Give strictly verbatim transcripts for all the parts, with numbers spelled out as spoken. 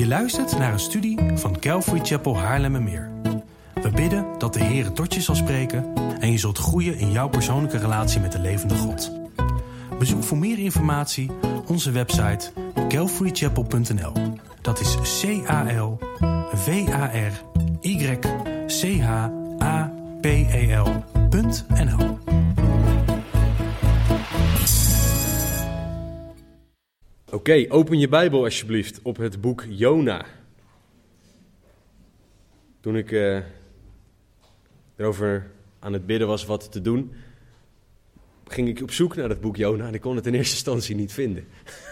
Je luistert naar een studie van Calvary Chapel Haarlemmermeer. We bidden dat de Heer tot je zal spreken en je zult groeien in jouw persoonlijke relatie met de levende God. Bezoek voor meer informatie onze website calvary chapel punt n l. Dat is C A L V A R Y C H A P E L punt n l. Oké, okay, open je Bijbel alsjeblieft op het boek Jona. Toen ik uh, erover aan het bidden was wat te doen, ging ik op zoek naar het boek Jona en ik kon het in eerste instantie niet vinden.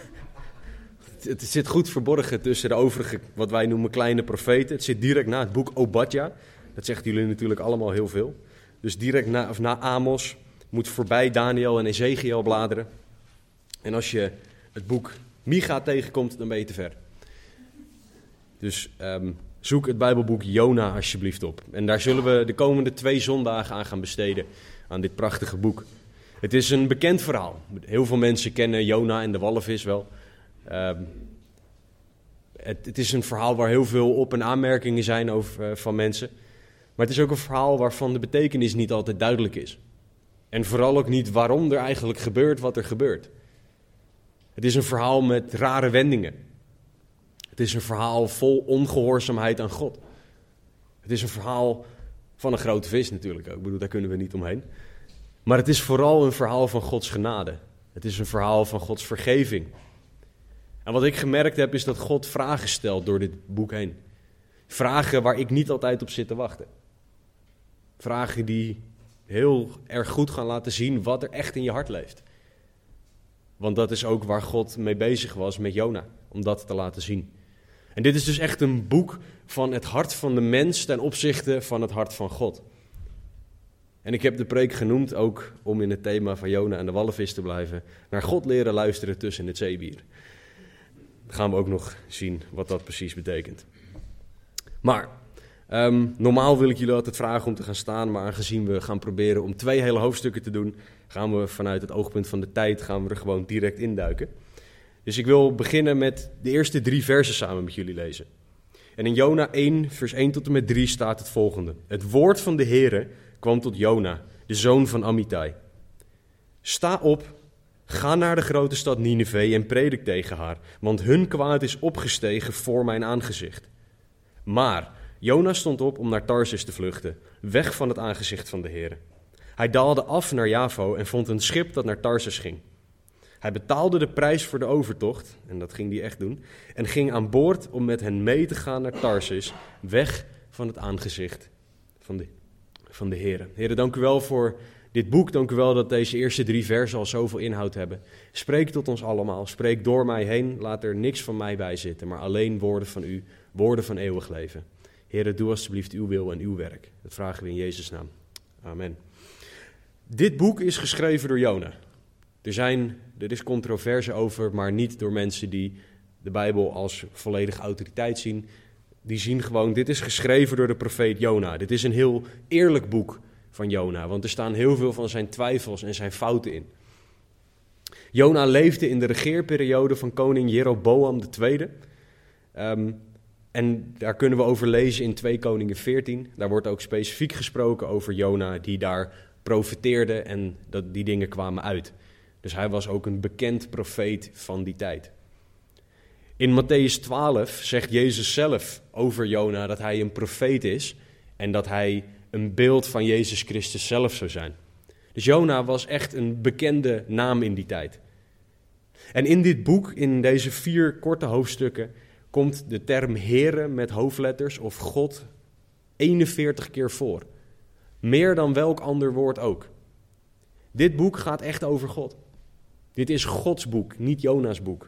het, het zit goed verborgen tussen de overige, wat wij noemen kleine profeten. Het zit direct na het boek Obadja. Dat zegt jullie natuurlijk allemaal heel veel. Dus direct na, of na Amos, moet voorbij Daniel en Ezekiel bladeren. En als je het boek Micha tegenkomt, dan ben je te ver. Dus um, zoek het Bijbelboek Jona alsjeblieft op. En daar zullen we de komende twee zondagen aan gaan besteden, aan dit prachtige boek. Het is een bekend verhaal. Heel veel mensen kennen Jona en de walvis wel. Um, het, het is een verhaal waar heel veel op- en aanmerkingen zijn over, uh, van mensen. Maar het is ook een verhaal waarvan de betekenis niet altijd duidelijk is. En vooral ook niet waarom er eigenlijk gebeurt wat er gebeurt. Het is een verhaal met rare wendingen. Het is een verhaal vol ongehoorzaamheid aan God. Het is een verhaal van een grote vis natuurlijk ook. Ik bedoel, daar kunnen we niet omheen. Maar het is vooral een verhaal van Gods genade. Het is een verhaal van Gods vergeving. En wat ik gemerkt heb is dat God vragen stelt door dit boek heen. Vragen waar ik niet altijd op zit te wachten. Vragen die heel erg goed gaan laten zien wat er echt in je hart leeft. Want dat is ook waar God mee bezig was met Jona, om dat te laten zien. En dit is dus echt een boek van het hart van de mens ten opzichte van het hart van God. En ik heb de preek genoemd, ook om in het thema van Jona en de walvis te blijven, naar God leren luisteren tussen het zeewier. Dan gaan we ook nog zien wat dat precies betekent. Maar um, normaal wil ik jullie altijd vragen om te gaan staan, maar aangezien we gaan proberen om twee hele hoofdstukken te doen, gaan we vanuit het oogpunt van de tijd gaan we er gewoon direct induiken. Dus ik wil beginnen met de eerste drie versen samen met jullie lezen. En in Jona één, vers één tot en met drie staat het volgende. Het woord van de Heere kwam tot Jona, de zoon van Amittai. Sta op, ga naar de grote stad Nineve en predik tegen haar, want hun kwaad is opgestegen voor mijn aangezicht. Maar Jona stond op om naar Tarsis te vluchten, weg van het aangezicht van de Heere. Hij daalde af naar Javo en vond een schip dat naar Tarsus ging. Hij betaalde de prijs voor de overtocht, en dat ging hij echt doen, en ging aan boord om met hen mee te gaan naar Tarsus, weg van het aangezicht van de, van de Heere. Heere, dank u wel voor dit boek, dank u wel dat deze eerste drie versen al zoveel inhoud hebben. Spreek tot ons allemaal, spreek door mij heen, laat er niks van mij bij zitten, maar alleen woorden van u, woorden van eeuwig leven. Heere, doe alstublieft uw wil en uw werk. Dat vragen we in Jezus' naam. Amen. Dit boek is geschreven door Jona. Er, zijn, er is controverse over, maar niet door mensen die de Bijbel als volledige autoriteit zien. Die zien gewoon, dit is geschreven door de profeet Jona. Dit is een heel eerlijk boek van Jona, want er staan heel veel van zijn twijfels en zijn fouten in. Jona leefde in de regeerperiode van koning Jeroboam de tweede. Um, en daar kunnen we over lezen in twee Koningen veertien. Daar wordt ook specifiek gesproken over Jona die daar profeteerde en dat die dingen kwamen uit. Dus hij was ook een bekend profeet van die tijd. In Mattheüs twaalf zegt Jezus zelf over Jona dat hij een profeet is en dat hij een beeld van Jezus Christus zelf zou zijn. Dus Jona was echt een bekende naam in die tijd. En in dit boek, in deze vier korte hoofdstukken, komt de term Heere met hoofdletters of God eenenveertig keer voor. Meer dan welk ander woord ook. Dit boek gaat echt over God. Dit is Gods boek, niet Jona's boek.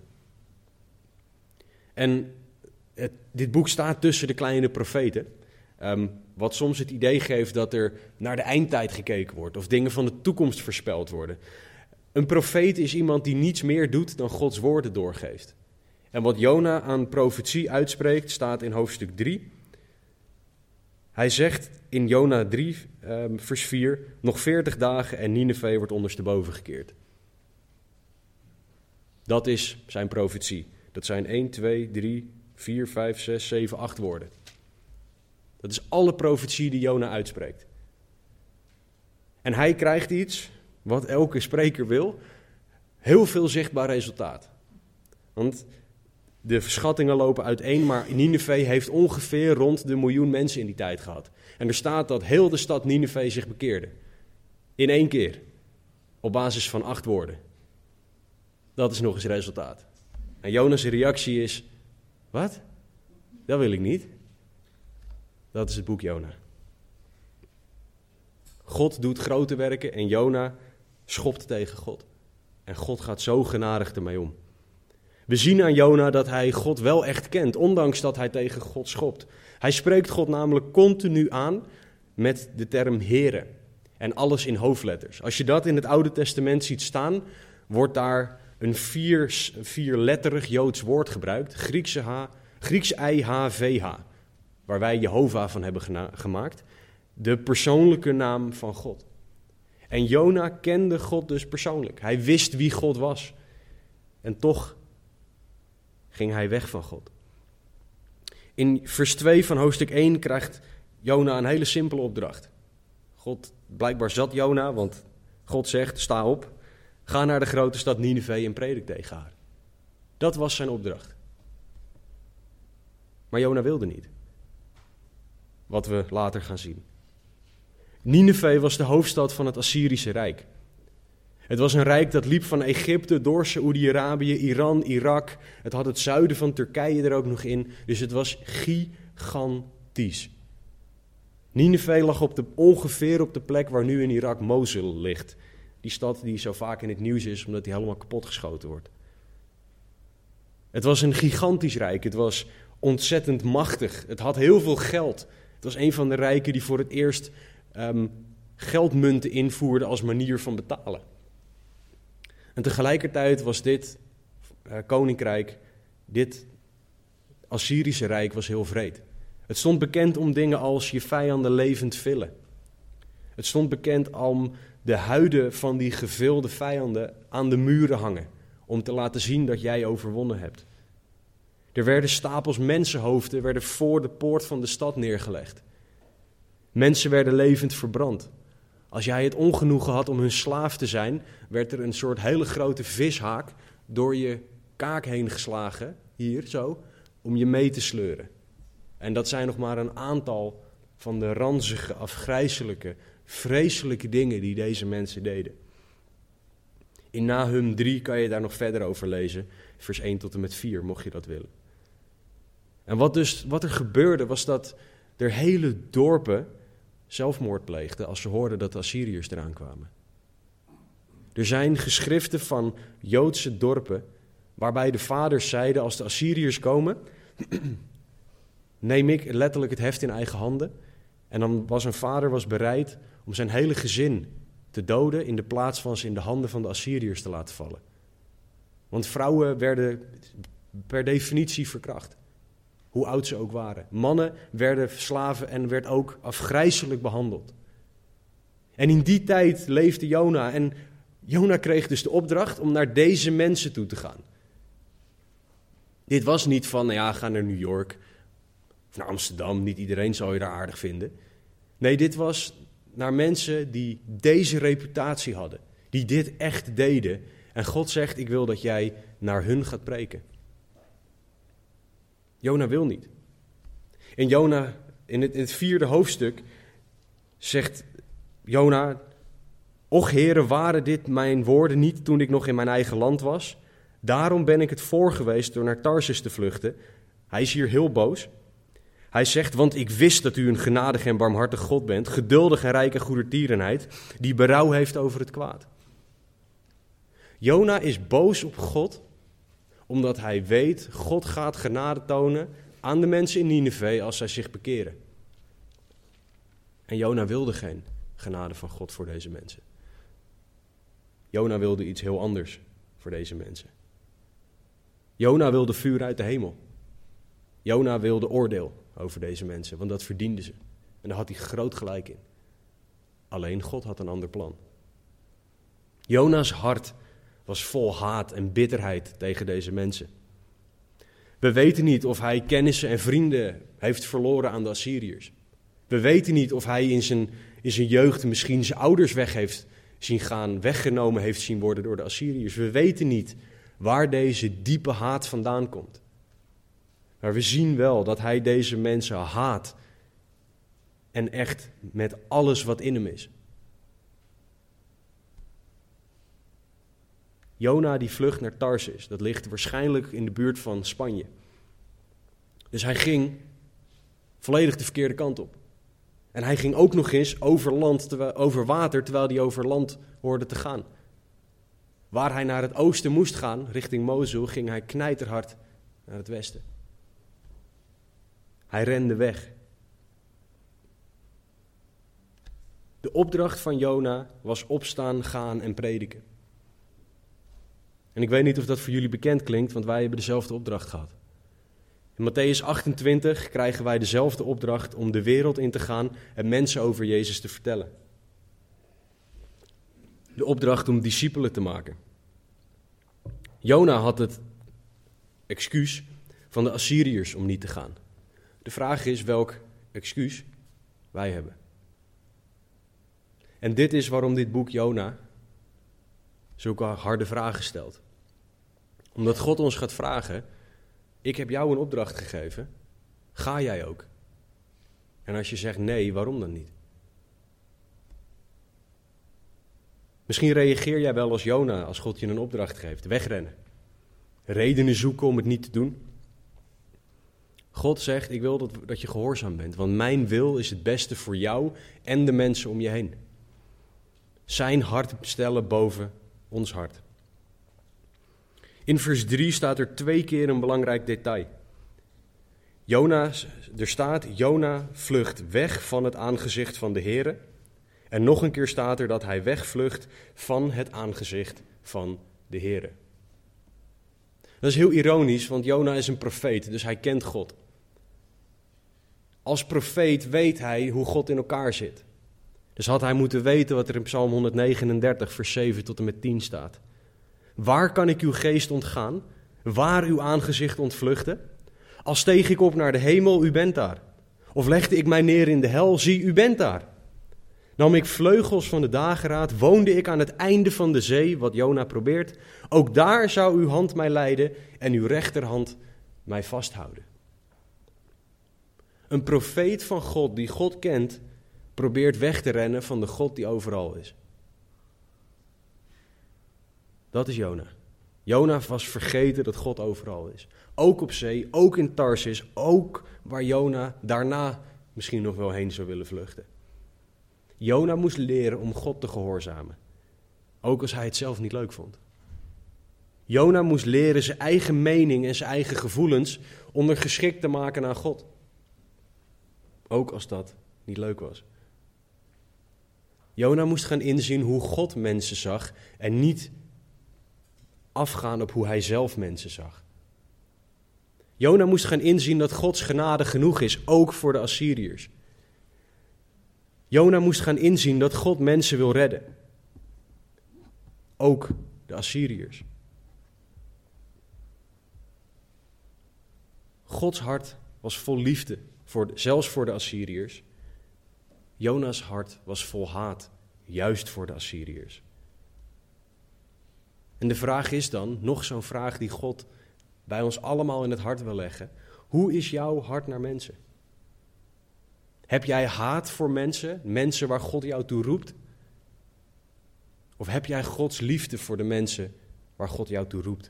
En het, dit boek staat tussen de kleine profeten. Um, wat soms het idee geeft dat er naar de eindtijd gekeken wordt. Of dingen van de toekomst voorspeld worden. Een profeet is iemand die niets meer doet dan Gods woorden doorgeeft. En wat Jona aan profetie uitspreekt staat in hoofdstuk drie. Hij zegt in Jona drie, um, vers vier, nog veertig dagen en Nineve wordt ondersteboven gekeerd. Dat is zijn profetie. Dat zijn één, twee, drie, vier, vijf, zes, zeven, acht woorden. Dat is alle profetie die Jona uitspreekt. En hij krijgt iets, wat elke spreker wil, heel veel zichtbaar resultaat. Want de verschattingen lopen uiteen, maar Nineve heeft ongeveer rond de miljoen mensen in die tijd gehad. En er staat dat heel de stad Nineve zich bekeerde. In één keer. Op basis van acht woorden. Dat is nog eens resultaat. En Jona's reactie is, wat? Dat wil ik niet. Dat is het boek Jona. God doet grote werken en Jona schopt tegen God. En God gaat zo genadig ermee om. We zien aan Jona dat hij God wel echt kent, ondanks dat hij tegen God schopt. Hij spreekt God namelijk continu aan met de term Heere. En alles in hoofdletters. Als je dat in het Oude Testament ziet staan, wordt daar een vier, vierletterig Joods woord gebruikt. Griekse H, Grieks I H V H. Waar wij Jehovah van hebben gena- gemaakt. De persoonlijke naam van God. En Jona kende God dus persoonlijk. Hij wist wie God was. En toch ging hij weg van God. In vers twee van hoofdstuk één krijgt Jona een hele simpele opdracht. God, blijkbaar zat Jona, want God zegt, sta op, ga naar de grote stad Nineve en predik tegen haar. Dat was zijn opdracht. Maar Jona wilde niet. Wat we later gaan zien. Nineve was de hoofdstad van het Assyrische Rijk. Het was een rijk dat liep van Egypte door Saoedi-Arabië, Iran, Irak. Het had het zuiden van Turkije er ook nog in. Dus het was gigantisch. Nineve lag op de, ongeveer op de plek waar nu in Irak Mosul ligt. Die stad die zo vaak in het nieuws is omdat die helemaal kapotgeschoten wordt. Het was een gigantisch rijk. Het was ontzettend machtig. Het had heel veel geld. Het was een van de rijken die voor het eerst um, geldmunten invoerde als manier van betalen. En tegelijkertijd was dit uh, koninkrijk, dit Assyrische rijk was heel wreed. Het stond bekend om dingen als je vijanden levend villen. Het stond bekend om de huiden van die gevilde vijanden aan de muren hangen. Om te laten zien dat jij overwonnen hebt. Er werden stapels mensenhoofden werden voor de poort van de stad neergelegd. Mensen werden levend verbrand. Als jij het ongenoegen had om hun slaaf te zijn, werd er een soort hele grote vishaak door je kaak heen geslagen, hier zo, om je mee te sleuren. En dat zijn nog maar een aantal van de ranzige, afgrijselijke, vreselijke dingen die deze mensen deden. In Nahum drie kan je daar nog verder over lezen, vers één tot en met vier, mocht je dat willen. En wat, dus, wat er gebeurde was dat er hele dorpen zelfmoord pleegden als ze hoorden dat de Assyriërs eraan kwamen. Er zijn geschriften van Joodse dorpen waarbij de vaders zeiden als de Assyriërs komen, neem ik letterlijk het heft in eigen handen. En dan was een vader was bereid om zijn hele gezin te doden in de plaats van ze in de handen van de Assyriërs te laten vallen. Want vrouwen werden per definitie verkracht. Hoe oud ze ook waren. Mannen werden slaven en werd ook afgrijselijk behandeld. En in die tijd leefde Jona. En Jona kreeg dus de opdracht om naar deze mensen toe te gaan. Dit was niet van, nou ja, ga naar New York of naar Amsterdam. Niet iedereen zal je daar aardig vinden. Nee, dit was naar mensen die deze reputatie hadden. Die dit echt deden. En God zegt, ik wil dat jij naar hun gaat preken. Jona wil niet. In Jona, in het, in het vierde hoofdstuk, zegt Jona, och Heere, waren dit mijn woorden niet toen ik nog in mijn eigen land was? Daarom ben ik het voor geweest door naar Tarsus te vluchten. Hij is hier heel boos. Hij zegt, want ik wist dat u een genadig en barmhartig God bent, geduldig en rijk in goedertierenheid, die berouw heeft over het kwaad. Jona is boos op God, omdat hij weet, God gaat genade tonen aan de mensen in Nineve als zij zich bekeren. En Jona wilde geen genade van God voor deze mensen. Jona wilde iets heel anders voor deze mensen. Jona wilde vuur uit de hemel. Jona wilde oordeel over deze mensen, want dat verdienden ze. En daar had hij groot gelijk in. Alleen God had een ander plan. Jona's hart was vol haat en bitterheid tegen deze mensen. We weten niet of hij kennissen en vrienden heeft verloren aan de Assyriërs. We weten niet of hij in zijn, in zijn jeugd misschien zijn ouders weg heeft zien gaan, weggenomen heeft zien worden door de Assyriërs. We weten niet waar deze diepe haat vandaan komt. Maar we zien wel dat hij deze mensen haat. En echt met alles wat in hem is. Jona die vlucht naar Tarsis. Dat ligt waarschijnlijk in de buurt van Spanje. Dus hij ging volledig de verkeerde kant op. En hij ging ook nog eens over, land, terwijl, over water terwijl hij over land hoorde te gaan. Waar hij naar het oosten moest gaan, richting Mosul, ging hij knijterhard naar het westen. Hij rende weg. De opdracht van Jona was opstaan, gaan en prediken. En ik weet niet of dat voor jullie bekend klinkt, want wij hebben dezelfde opdracht gehad. In Mattheüs achtentwintig krijgen wij dezelfde opdracht om de wereld in te gaan en mensen over Jezus te vertellen. De opdracht om discipelen te maken. Jona had het excuus van de Assyriërs om niet te gaan. De vraag is welk excuus wij hebben. En dit is waarom dit boek Jona zulke harde vragen stelt. Omdat God ons gaat vragen, ik heb jou een opdracht gegeven, ga jij ook? En als je zegt nee, waarom dan niet? Misschien reageer jij wel als Jona als God je een opdracht geeft, wegrennen. Redenen zoeken om het niet te doen. God zegt, ik wil dat, dat je gehoorzaam bent, want mijn wil is het beste voor jou en de mensen om je heen. Zijn hart stellen boven ons hart. In vers drie staat er twee keer een belangrijk detail. Jona, er staat, Jona vlucht weg van het aangezicht van de Heere. En nog een keer staat er dat hij wegvlucht van het aangezicht van de Heere. Dat is heel ironisch, want Jona is een profeet, dus hij kent God. Als profeet weet hij hoe God in elkaar zit. Dus had hij moeten weten wat er in Psalm honderdnegenendertig, vers zeven tot en met tien staat. Waar kan ik uw geest ontgaan? Waar uw aangezicht ontvluchten? Als steeg ik op naar de hemel, u bent daar. Of legde ik mij neer in de hel, zie, u bent daar. Nam ik vleugels van de dageraad, woonde ik aan het einde van de zee, wat Jona probeert. Ook daar zou uw hand mij leiden en uw rechterhand mij vasthouden. Een profeet van God die God kent, probeert weg te rennen van de God die overal is. Dat is Jona. Jona was vergeten dat God overal is. Ook op zee, ook in Tarsis, ook waar Jona daarna misschien nog wel heen zou willen vluchten. Jona moest leren om God te gehoorzamen, ook als hij het zelf niet leuk vond. Jona moest leren zijn eigen mening en zijn eigen gevoelens ondergeschikt te maken aan God. Ook als dat niet leuk was. Jona moest gaan inzien hoe God mensen zag en niet afgaan op hoe hij zelf mensen zag. Jona moest gaan inzien dat Gods genade genoeg is, ook voor de Assyriërs. Jona moest gaan inzien dat God mensen wil redden. Ook de Assyriërs. Gods hart was vol liefde, voor, zelfs voor de Assyriërs. Jona's hart was vol haat, juist voor de Assyriërs. En de vraag is dan, nog zo'n vraag die God bij ons allemaal in het hart wil leggen. Hoe is jouw hart naar mensen? Heb jij haat voor mensen, mensen waar God jou toe roept? Of heb jij Gods liefde voor de mensen waar God jou toe roept?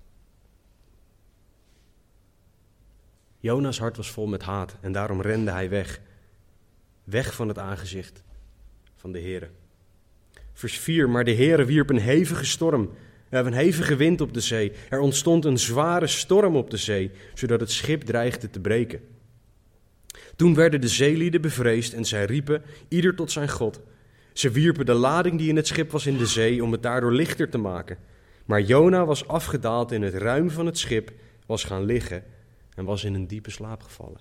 Jona's hart was vol met haat en daarom rende hij weg. Weg van het aangezicht van de Heere. Vers vier, maar de Heere wierp een hevige storm, een hevige wind op de zee. Er ontstond een zware storm op de zee, zodat het schip dreigde te breken. Toen werden de zeelieden bevreesd en zij riepen, ieder tot zijn God. Ze wierpen de lading die in het schip was in de zee om het daardoor lichter te maken. Maar Jona was afgedaald in het ruim van het schip, was gaan liggen en was in een diepe slaap gevallen.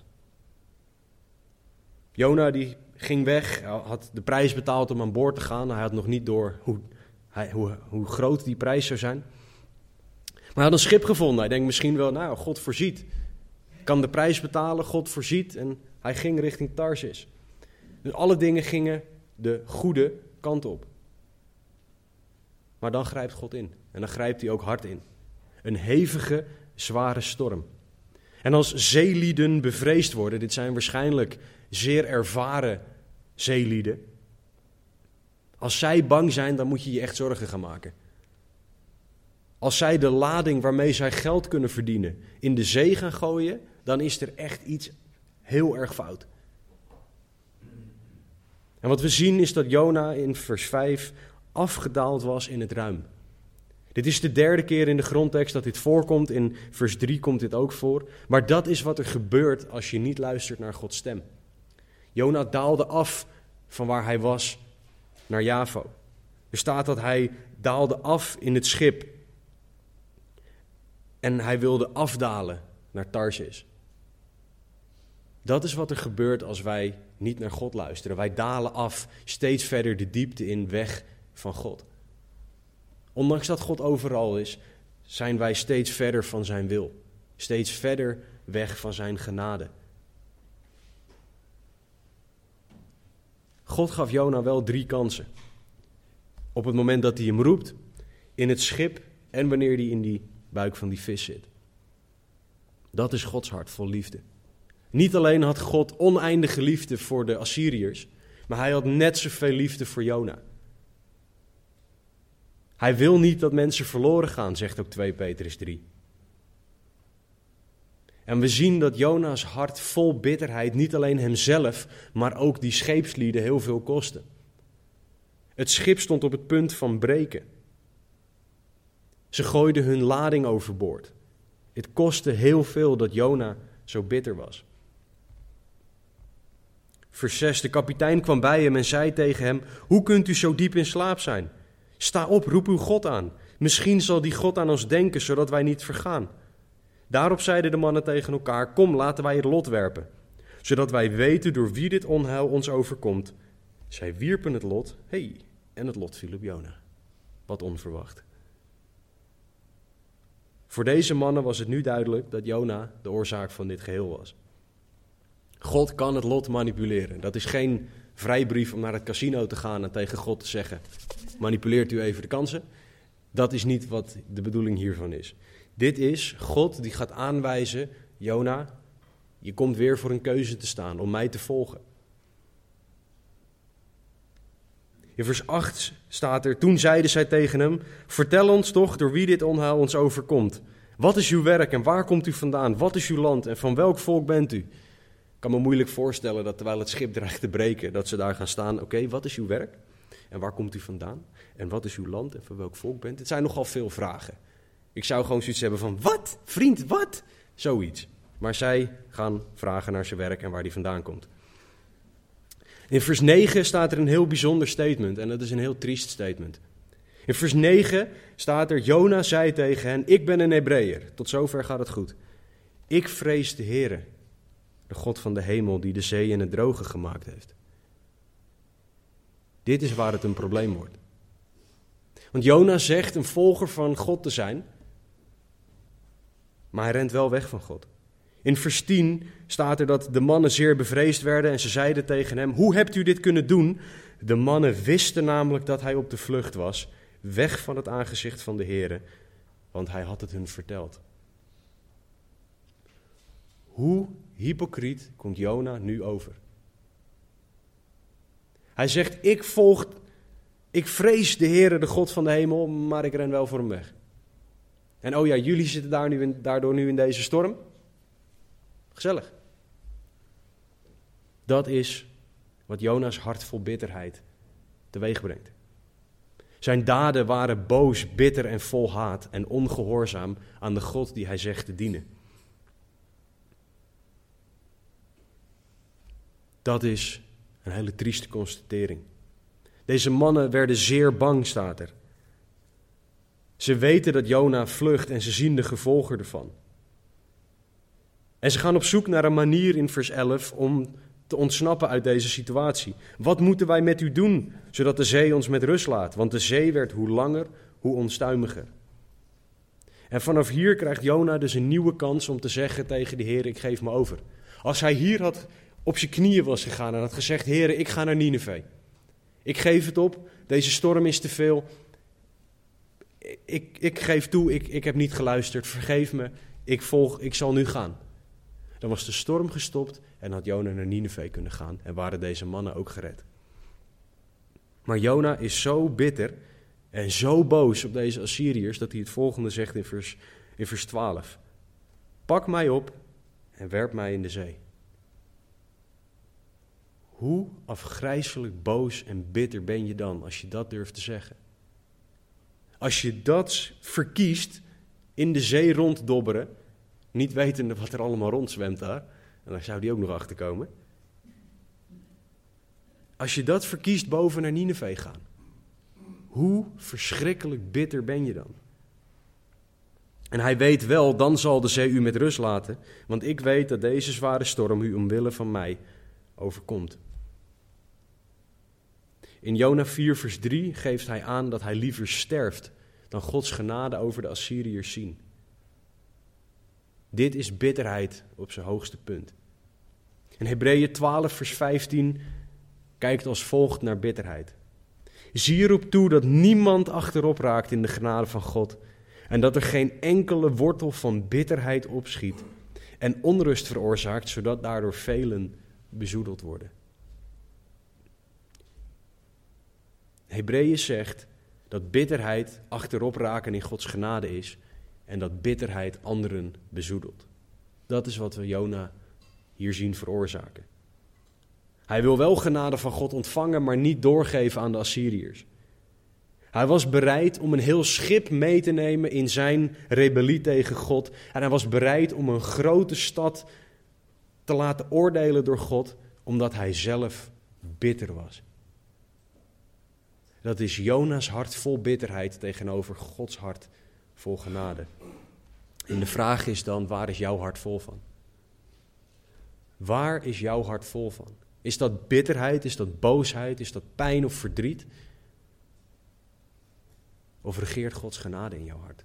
Jona die ging weg, had de prijs betaald om aan boord te gaan. Hij had nog niet door hoe, hij, hoe, hoe groot die prijs zou zijn. Maar hij had een schip gevonden. Hij denkt misschien wel, nou, God voorziet. kan de prijs betalen, God voorziet en hij ging richting Tarsis. Dus alle dingen gingen de goede kant op. Maar dan grijpt God in. En dan grijpt hij ook hard in. Een hevige, zware storm. En als zeelieden bevreesd worden, dit zijn waarschijnlijk zeer ervaren zeelieden. Als zij bang zijn, dan moet je je echt zorgen gaan maken. Als zij de lading waarmee zij geld kunnen verdienen in de zee gaan gooien, dan is er echt iets heel erg fout. En wat we zien is dat Jona in vers vijf afgedaald was in het ruim. Dit is de derde keer in de grondtekst dat dit voorkomt. In vers drie komt dit ook voor. Maar dat is wat er gebeurt als je niet luistert naar Gods stem. Jona daalde af van waar hij was naar Javo. Er staat dat hij daalde af in het schip. En hij wilde afdalen naar Tarsis. Dat is wat er gebeurt als wij niet naar God luisteren. Wij dalen af, steeds verder de diepte in, weg van God. Ondanks dat God overal is, zijn wij steeds verder van zijn wil. Steeds verder weg van zijn genade. God gaf Jona wel drie kansen. Op het moment dat hij hem roept, in het schip en wanneer hij in die buik van die vis zit. Dat is Gods hart vol liefde. Niet alleen had God oneindige liefde voor de Assyriërs, maar hij had net zoveel liefde voor Jona. Hij wil niet dat mensen verloren gaan, zegt ook twee Petrus drie. En we zien dat Jona's hart vol bitterheid niet alleen hemzelf, maar ook die scheepslieden heel veel kostte. Het schip stond op het punt van breken. Ze gooiden hun lading overboord. Het kostte heel veel dat Jona zo bitter was. Vers zes, de kapitein kwam bij hem en zei tegen hem: hoe kunt u zo diep in slaap zijn? Sta op, roep uw God aan. Misschien zal die God aan ons denken, zodat wij niet vergaan. Daarop zeiden de mannen tegen elkaar: kom, laten wij het lot werpen, zodat wij weten door wie dit onheil ons overkomt. Zij wierpen het lot, hey, en het lot viel op Jona. Wat onverwacht. Voor deze mannen was het nu duidelijk dat Jona de oorzaak van dit geheel was. God kan het lot manipuleren. Dat is geen vrijbrief om naar het casino te gaan en tegen God te zeggen: manipuleert u even de kansen. Dat is niet wat de bedoeling hiervan is. Dit is God die gaat aanwijzen: Jona, je komt weer voor een keuze te staan om mij te volgen. In vers acht staat er: toen zeiden zij tegen hem: vertel ons toch door wie dit onheil ons overkomt. Wat is uw werk en waar komt u vandaan? Wat is uw land en van welk volk bent u? Ik kan me moeilijk voorstellen dat terwijl het schip dreigt te breken, dat ze daar gaan staan. Oké, okay, wat is uw werk? En waar komt u vandaan? En wat is uw land en van welk volk bent u? Het zijn nogal veel vragen. Ik zou gewoon zoiets hebben van: wat? Vriend, wat? Zoiets. Maar zij gaan vragen naar zijn werk en waar hij vandaan komt. In vers negen staat er een heel bijzonder statement en dat is een heel triest statement. In vers negen staat er: Jona zei tegen hen: ik ben een Hebreeër. Tot zover gaat het goed. Ik vrees de Heere, de God van de hemel die de zee en het droge gemaakt heeft. Dit is waar het een probleem wordt. Want Jona zegt een volger van God te zijn, maar hij rent wel weg van God. In vers tien staat er dat de mannen zeer bevreesd werden en ze zeiden tegen hem: hoe hebt u dit kunnen doen? De mannen wisten namelijk dat hij op de vlucht was, weg van het aangezicht van de Heere, want hij had het hun verteld. Hoe hypocriet komt Jona nu over? Hij zegt: ik volg, ik vrees de Heere, de God van de hemel, maar ik ren wel voor hem weg. En oh ja, jullie zitten daar nu in, daardoor nu in deze storm. Gezellig. Dat is wat Jona's hart vol bitterheid teweeg brengt. Zijn daden waren boos, bitter en vol haat en ongehoorzaam aan de God die hij zegt te dienen. Dat is een hele trieste constatering. Deze mannen werden zeer bang, staat er. Ze weten dat Jona vlucht en ze zien de gevolgen ervan. En ze gaan op zoek naar een manier in vers elf om te ontsnappen uit deze situatie. Wat moeten wij met u doen, zodat de zee ons met rust laat? Want de zee werd hoe langer, hoe onstuimiger. En vanaf hier krijgt Jona dus een nieuwe kans om te zeggen tegen de Heer, ik geef me over. Als hij hier had op zijn knieën was gegaan en had gezegd, Heer, ik ga naar Nineve. Ik geef het op, deze storm is te veel. Ik, ik geef toe, ik, ik heb niet geluisterd, vergeef me, ik volg, ik zal nu gaan. Dan was de storm gestopt en had Jona naar Nineve kunnen gaan en waren deze mannen ook gered. Maar Jona is zo bitter en zo boos op deze Assyriërs dat hij het volgende zegt in vers, in vers twaalf. Pak mij op en werp mij in de zee. Hoe afgrijselijk boos en bitter ben je dan als je dat durft te zeggen? Als je dat verkiest, in de zee ronddobberen, niet wetende wat er allemaal rondzwemt daar, en dan zou die ook nog achterkomen. Als je dat verkiest boven naar Nineve gaan, hoe verschrikkelijk bitter ben je dan? En hij weet wel, dan zal de zee u met rust laten, want ik weet dat deze zware storm u omwille van mij overkomt. In Jona vier vers drie geeft hij aan dat hij liever sterft dan Gods genade over de Assyriërs zien. Dit is bitterheid op zijn hoogste punt. In Hebreeën twaalf vers vijftien kijkt als volgt naar bitterheid. Zie erop toe dat niemand achterop raakt in de genade van God en dat er geen enkele wortel van bitterheid opschiet en onrust veroorzaakt, zodat daardoor velen bezoedeld worden. Hebreeën zegt dat bitterheid achterop raken in Gods genade is en dat bitterheid anderen bezoedelt. Dat is wat we Jona hier zien veroorzaken. Hij wil wel genade van God ontvangen, maar niet doorgeven aan de Assyriërs. Hij was bereid om een heel schip mee te nemen in zijn rebellie tegen God. En hij was bereid om een grote stad te laten oordelen door God, omdat hij zelf bitter was. Dat is Jona's hart vol bitterheid tegenover Gods hart vol genade. En de vraag is dan, waar is jouw hart vol van? Waar is jouw hart vol van? Is dat bitterheid, is dat boosheid, is dat pijn of verdriet? Of regeert Gods genade in jouw hart?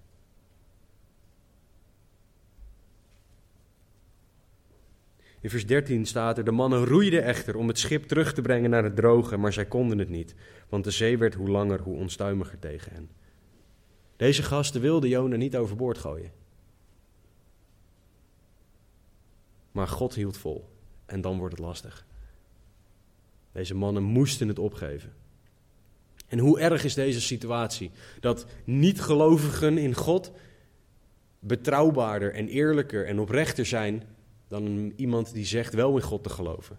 In vers dertien staat er, de mannen roeiden echter om het schip terug te brengen naar het droge, maar zij konden het niet, want de zee werd hoe langer, hoe onstuimiger tegen hen. Deze gasten wilden Jona niet overboord gooien. Maar God hield vol en dan wordt het lastig. Deze mannen moesten het opgeven. En hoe erg is deze situatie? Dat niet-gelovigen in God betrouwbaarder en eerlijker en oprechter zijn dan iemand die zegt wel in God te geloven.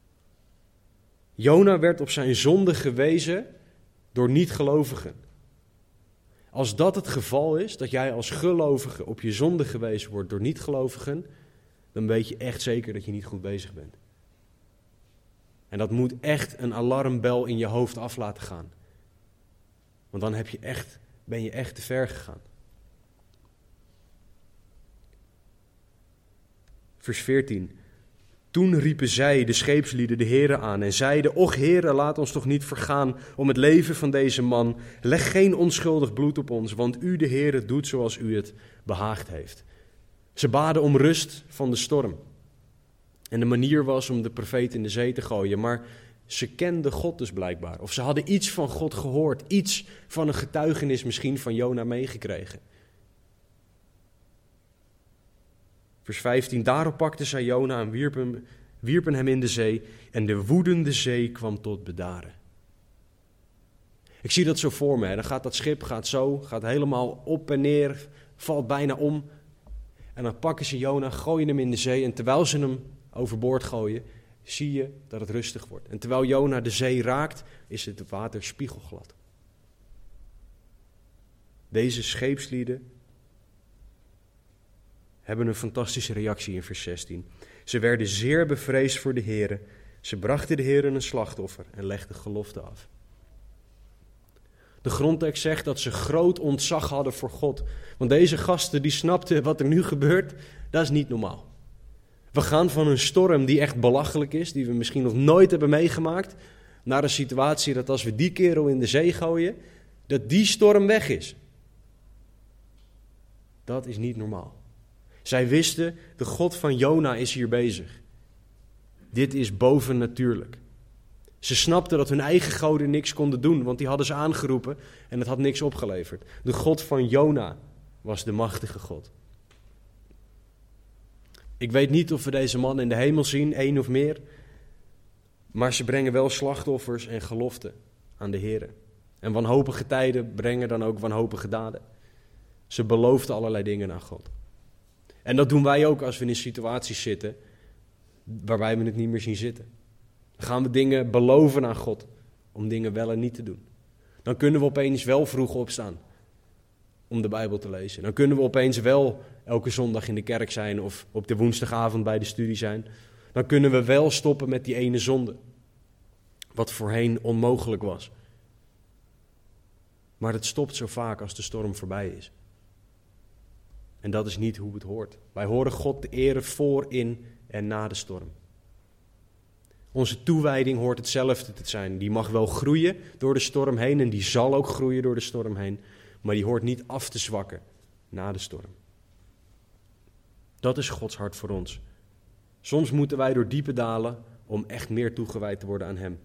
Jona werd op zijn zonde gewezen door niet-gelovigen. Als dat het geval is, dat jij als gelovige op je zonde gewezen wordt door niet-gelovigen, dan weet je echt zeker dat je niet goed bezig bent. En dat moet echt een alarmbel in je hoofd af laten gaan. Want dan heb je echt, ben je echt te ver gegaan. Vers veertien. Toen riepen zij, de scheepslieden, de Heere aan en zeiden, och Heere, laat ons toch niet vergaan om het leven van deze man. Leg geen onschuldig bloed op ons, want u, de Heere, doet zoals u het behaagd heeft. Ze baden om rust van de storm. En de manier was om de profeet in de zee te gooien, maar ze kenden God dus blijkbaar. Of ze hadden iets van God gehoord, iets van een getuigenis misschien van Jona meegekregen. Vers vijftien, daarop pakten zij Jona en wierpen, wierpen hem in de zee en de woedende zee kwam tot bedaren. Ik zie dat zo voor me, hè. Dan gaat dat schip gaat zo, gaat helemaal op en neer, valt bijna om. En dan pakken ze Jona, gooien hem in de zee en terwijl ze hem overboord gooien, zie je dat het rustig wordt. En terwijl Jona de zee raakt, is het water spiegelglad. Deze scheepslieden hebben een fantastische reactie in vers zestien. Ze werden zeer bevreesd voor de Heere. Ze brachten de Heere een slachtoffer en legden gelofte af. De grondtekst zegt dat ze groot ontzag hadden voor God. Want deze gasten die snapten wat er nu gebeurt, dat is niet normaal. We gaan van een storm die echt belachelijk is, die we misschien nog nooit hebben meegemaakt, naar een situatie dat als we die kerel in de zee gooien, dat die storm weg is. Dat is niet normaal. Zij wisten, de God van Jona is hier bezig. Dit is bovennatuurlijk. Ze snapten dat hun eigen goden niks konden doen, want die hadden ze aangeroepen en het had niks opgeleverd. De God van Jona was de machtige God. Ik weet niet of we deze man in de hemel zien, één of meer, maar ze brengen wel slachtoffers en geloften aan de Heer. En wanhopige tijden brengen dan ook wanhopige daden. Ze beloofden allerlei dingen aan God. En dat doen wij ook als we in situaties zitten waarbij we het niet meer zien zitten. Dan gaan we dingen beloven aan God om dingen wel en niet te doen. Dan kunnen we opeens wel vroeg opstaan om de Bijbel te lezen. Dan kunnen we opeens wel elke zondag in de kerk zijn of op de woensdagavond bij de studie zijn. Dan kunnen we wel stoppen met die ene zonde, wat voorheen onmogelijk was. Maar het stopt zo vaak als de storm voorbij is. En dat is niet hoe het hoort. Wij horen God te eren voor, in en na de storm. Onze toewijding hoort hetzelfde te zijn. Die mag wel groeien door de storm heen en die zal ook groeien door de storm heen. Maar die hoort niet af te zwakken na de storm. Dat is Gods hart voor ons. Soms moeten wij door diepe dalen om echt meer toegewijd te worden aan Hem.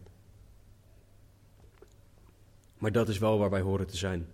Maar dat is wel waar wij horen te zijn.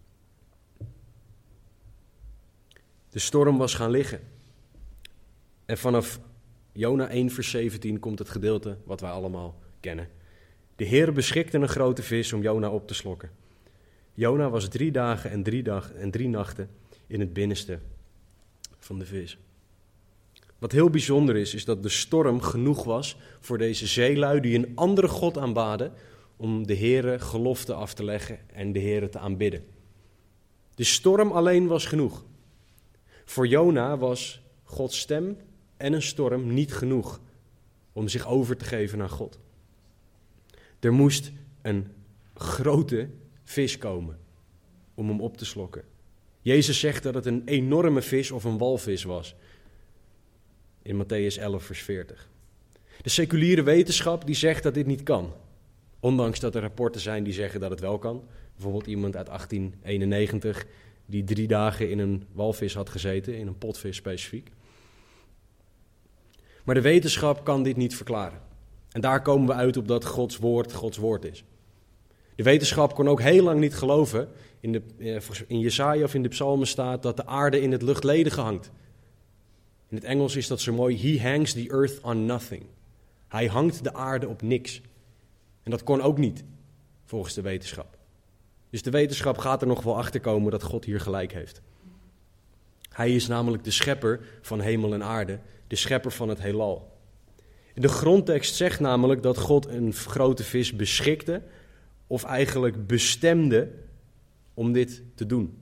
De storm was gaan liggen. En vanaf Jona één vers zeventien komt het gedeelte wat wij allemaal kennen. De Heer beschikte een grote vis om Jona op te slokken. Jona was drie dagen en drie, dag, en drie nachten in het binnenste van de vis. Wat heel bijzonder is, is dat de storm genoeg was voor deze zeelui die een andere God aanbaden om de Heere gelofte af te leggen en de Heere te aanbidden. De storm alleen was genoeg. Voor Jona was Gods stem en een storm niet genoeg om zich over te geven aan God. Er moest een grote vis komen om hem op te slokken. Jezus zegt dat het een enorme vis of een walvis was. In Matthäus elf vers veertig. De seculiere wetenschap die zegt dat dit niet kan. Ondanks dat er rapporten zijn die zeggen dat het wel kan. Bijvoorbeeld iemand uit achttien eenennegentig die drie dagen in een walvis had gezeten, in een potvis specifiek. Maar de wetenschap kan dit niet verklaren. En daar komen we uit op dat Gods woord Gods woord is. De wetenschap kon ook heel lang niet geloven, in, de, in Jesaja of in de psalmen staat dat de aarde in het luchtledige hangt. In het Engels is dat zo mooi, he hangs the earth on nothing. Hij hangt de aarde op niks. En dat kon ook niet, volgens de wetenschap. Dus de wetenschap gaat er nog wel achter komen dat God hier gelijk heeft. Hij is namelijk de schepper van hemel en aarde, de schepper van het heelal. De grondtekst zegt namelijk dat God een grote vis beschikte, of eigenlijk bestemde om dit te doen.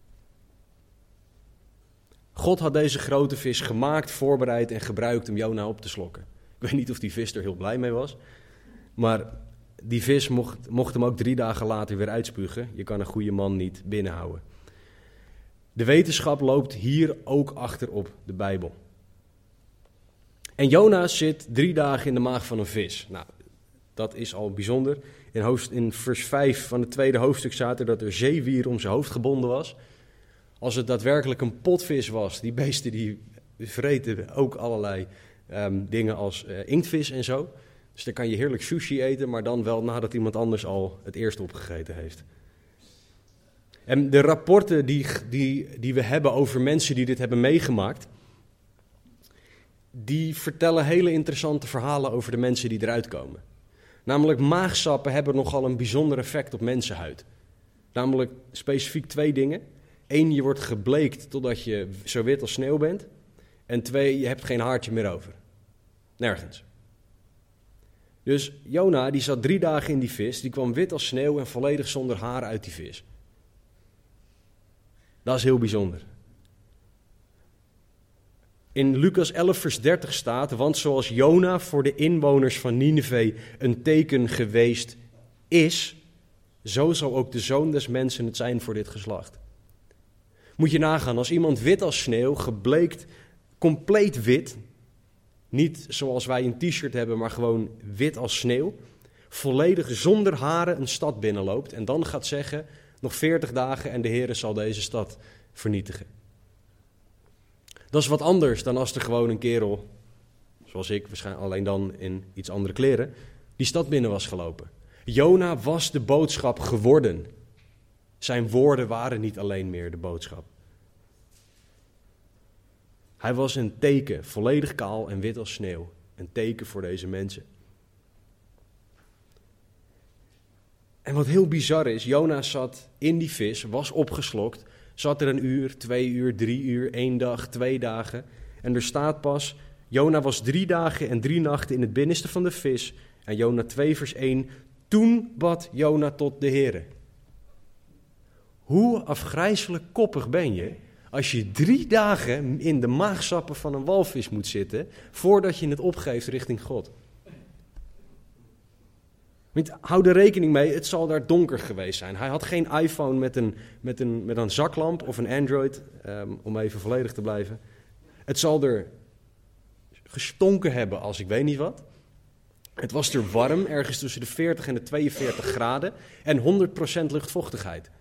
God had deze grote vis gemaakt, voorbereid en gebruikt om Jona op te slokken. Ik weet niet of die vis er heel blij mee was, maar die vis mocht, mocht hem ook drie dagen later weer uitspugen. Je kan een goede man niet binnenhouden. De wetenschap loopt hier ook achter op de Bijbel. En Jona zit drie dagen in de maag van een vis. Nou, dat is al bijzonder. In, hoofd, in vers vijf van het tweede hoofdstuk staat er dat er zeewier om zijn hoofd gebonden was. Als het daadwerkelijk een potvis was, die beesten die vreten ook allerlei um, dingen als uh, inktvis en zo. Dus dan kan je heerlijk sushi eten, maar dan wel nadat iemand anders al het eerst opgegeten heeft. En de rapporten die, die, die we hebben over mensen die dit hebben meegemaakt, die vertellen hele interessante verhalen over de mensen die eruit komen. Namelijk maagsappen hebben nogal een bijzonder effect op mensenhuid. Namelijk specifiek twee dingen. Eén, je wordt gebleekt totdat je zo wit als sneeuw bent. En twee, je hebt geen haartje meer over. Nergens. Dus Jona, die zat drie dagen in die vis, die kwam wit als sneeuw en volledig zonder haar uit die vis. Dat is heel bijzonder. In Lucas elf vers dertig staat, want zoals Jona voor de inwoners van Nineve een teken geweest is, zo zal ook de Zoon des Mensen het zijn voor dit geslacht. Moet je nagaan, als iemand wit als sneeuw, gebleekt, compleet wit, niet zoals wij een t-shirt hebben, maar gewoon wit als sneeuw, volledig zonder haren een stad binnenloopt en dan gaat zeggen, nog veertig dagen en de Heere zal deze stad vernietigen. Dat is wat anders dan als er gewoon een kerel, zoals ik, waarschijnlijk alleen dan in iets andere kleren, die stad binnen was gelopen. Jona was de boodschap geworden. Zijn woorden waren niet alleen meer de boodschap. Hij was een teken, volledig kaal en wit als sneeuw. Een teken voor deze mensen. En wat heel bizar is, Jona zat in die vis, was opgeslokt, zat er een uur, twee uur, drie uur, één dag, twee dagen. En er staat pas, Jona was drie dagen en drie nachten in het binnenste van de vis. En Jona twee vers één, toen bad Jona tot de Heere. Hoe afgrijselijk koppig ben je als je drie dagen in de maagsappen van een walvis moet zitten voordat je het opgeeft richting God. Want hou er rekening mee, het zal daar donker geweest zijn. Hij had geen iPhone met een, met een, met een zaklamp of een Android, um, om even volledig te blijven. Het zal er gestonken hebben als ik weet niet wat. Het was er warm, ergens tussen de veertig en de tweeënveertig graden en honderd procent luchtvochtigheid.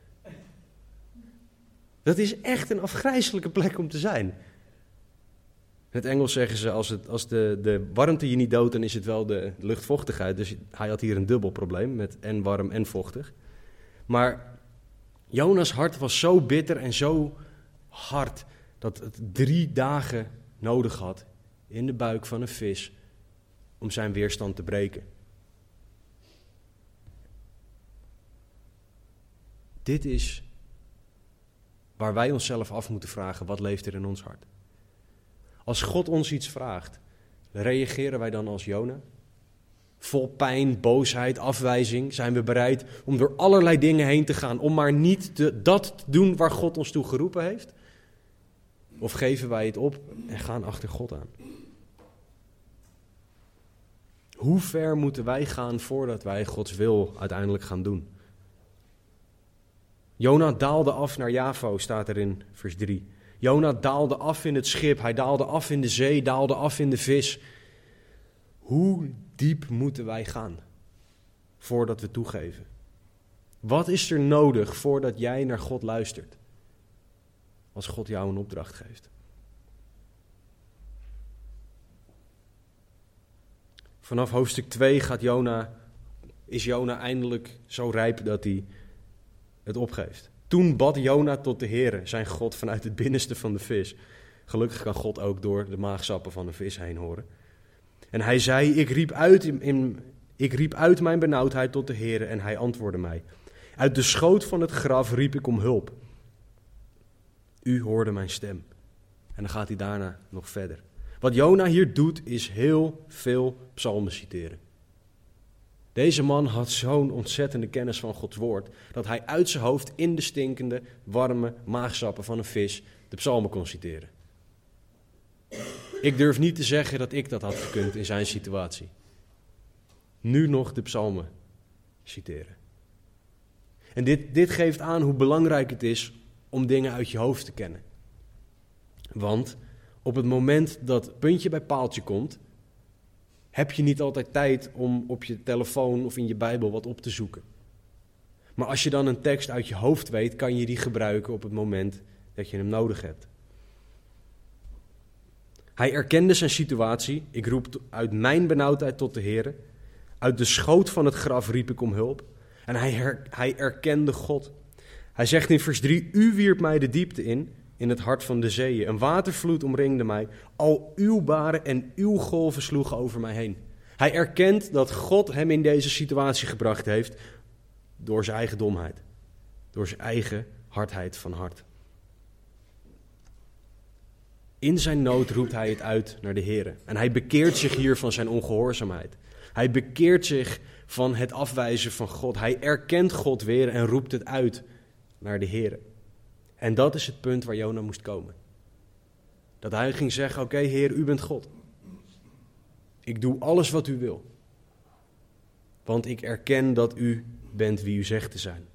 Dat is echt een afgrijselijke plek om te zijn. In het Engels zeggen ze, als, het, als de, de warmte je niet doodt, dan is het wel de luchtvochtigheid. Dus hij had hier een dubbel probleem met en warm en vochtig. Maar Jonas' hart was zo bitter en zo hard dat het drie dagen nodig had in de buik van een vis om zijn weerstand te breken. Dit is waar wij onszelf af moeten vragen, wat leeft er in ons hart? Als God ons iets vraagt, reageren wij dan als Jona? Vol pijn, boosheid, afwijzing zijn we bereid om door allerlei dingen heen te gaan, om maar niet te, dat te doen waar God ons toe geroepen heeft? Of geven wij het op en gaan achter God aan? Hoe ver moeten wij gaan voordat wij Gods wil uiteindelijk gaan doen? Jona daalde af naar Javo, staat er in vers drie. Jona daalde af in het schip, hij daalde af in de zee, daalde af in de vis. Hoe diep moeten wij gaan voordat we toegeven? Wat is er nodig voordat jij naar God luistert? Als God jou een opdracht geeft. Vanaf hoofdstuk twee gaat Jona, is Jona eindelijk zo rijp dat hij het opgeeft. Toen bad Jona tot de Heere, zijn God, vanuit het binnenste van de vis. Gelukkig kan God ook door de maagsappen van de vis heen horen. En hij zei, ik riep uit, in, in, ik riep uit mijn benauwdheid tot de Heere en hij antwoordde mij. Uit de schoot van het graf riep ik om hulp. U hoorde mijn stem. En dan gaat hij daarna nog verder. Wat Jona hier doet is heel veel psalmen citeren. Deze man had zo'n ontzettende kennis van Gods woord, dat hij uit zijn hoofd in de stinkende, warme maagsappen van een vis de psalmen kon citeren. Ik durf niet te zeggen dat ik dat had gekund in zijn situatie. Nu nog de psalmen citeren. En dit, dit geeft aan hoe belangrijk het is om dingen uit je hoofd te kennen. Want op het moment dat puntje bij paaltje komt, heb je niet altijd tijd om op je telefoon of in je Bijbel wat op te zoeken. Maar als je dan een tekst uit je hoofd weet, kan je die gebruiken op het moment dat je hem nodig hebt. Hij erkende zijn situatie. Ik roep uit mijn benauwdheid tot de Heere. Uit de schoot van het graf riep ik om hulp. En hij, her, hij erkende God. Hij zegt in vers drie, u wierp mij de diepte in, in het hart van de zeeën. Een watervloed omringde mij. Al uw baren en uw golven sloegen over mij heen. Hij erkent dat God hem in deze situatie gebracht heeft door zijn eigen domheid. Door zijn eigen hardheid van hart. In zijn nood roept hij het uit naar de Heere. En hij bekeert zich hier van zijn ongehoorzaamheid. Hij bekeert zich van het afwijzen van God. Hij erkent God weer en roept het uit naar de Heere. En dat is het punt waar Jona moest komen. Dat hij ging zeggen, oké, okay, Heer, u bent God. Ik doe alles wat u wil. Want ik erken dat u bent wie u zegt te zijn.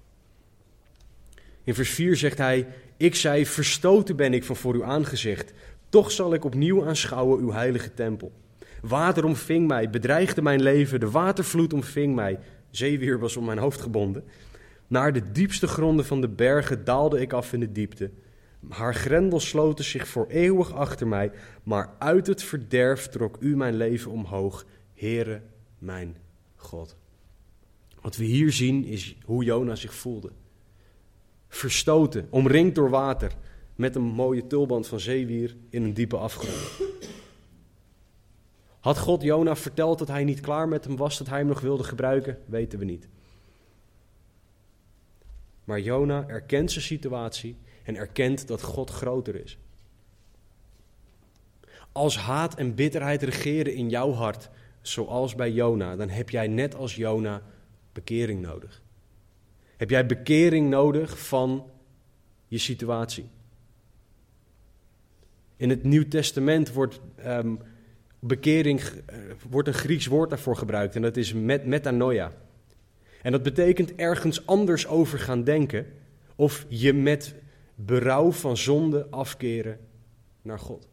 In vers vier zegt hij, ik zei, verstoten ben ik van voor uw aangezicht. Toch zal ik opnieuw aanschouwen uw heilige tempel. Water omving mij, bedreigde mijn leven, de watervloed omving mij. Zeewier was om mijn hoofd gebonden. Naar de diepste gronden van de bergen daalde ik af in de diepte. Haar grendels sloten zich voor eeuwig achter mij, maar uit het verderf trok u mijn leven omhoog, Heere mijn God. Wat we hier zien is hoe Jona zich voelde. Verstoten, omringd door water, met een mooie tulband van zeewier in een diepe afgrond. Had God Jona verteld dat hij niet klaar met hem was, dat hij hem nog wilde gebruiken? Weten we niet. Maar Jona erkent zijn situatie en erkent dat God groter is. Als haat en bitterheid regeren in jouw hart, zoals bij Jona, dan heb jij net als Jona bekering nodig. Heb jij bekering nodig van je situatie. In het Nieuw Testament wordt um, bekering uh, wordt een Grieks woord daarvoor gebruikt en dat is met, metanoia. En dat betekent ergens anders over gaan denken of je met berouw van zonde afkeren naar God.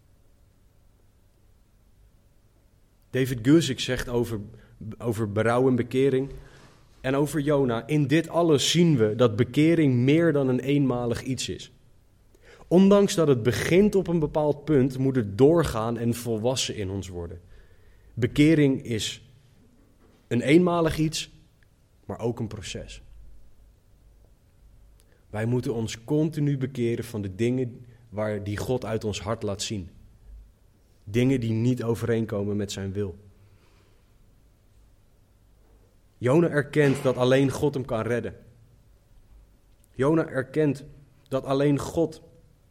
David Guzik zegt over, over berouw en bekering en over Jona: in dit alles zien we dat bekering meer dan een eenmalig iets is. Ondanks dat het begint op een bepaald punt, moet het doorgaan en volwassen in ons worden. Bekering is een eenmalig iets, maar ook een proces. Wij moeten ons continu bekeren van de dingen waar die God uit ons hart laat zien. Dingen die niet overeenkomen met zijn wil. Jona erkent dat alleen God hem kan redden. Jona erkent dat alleen God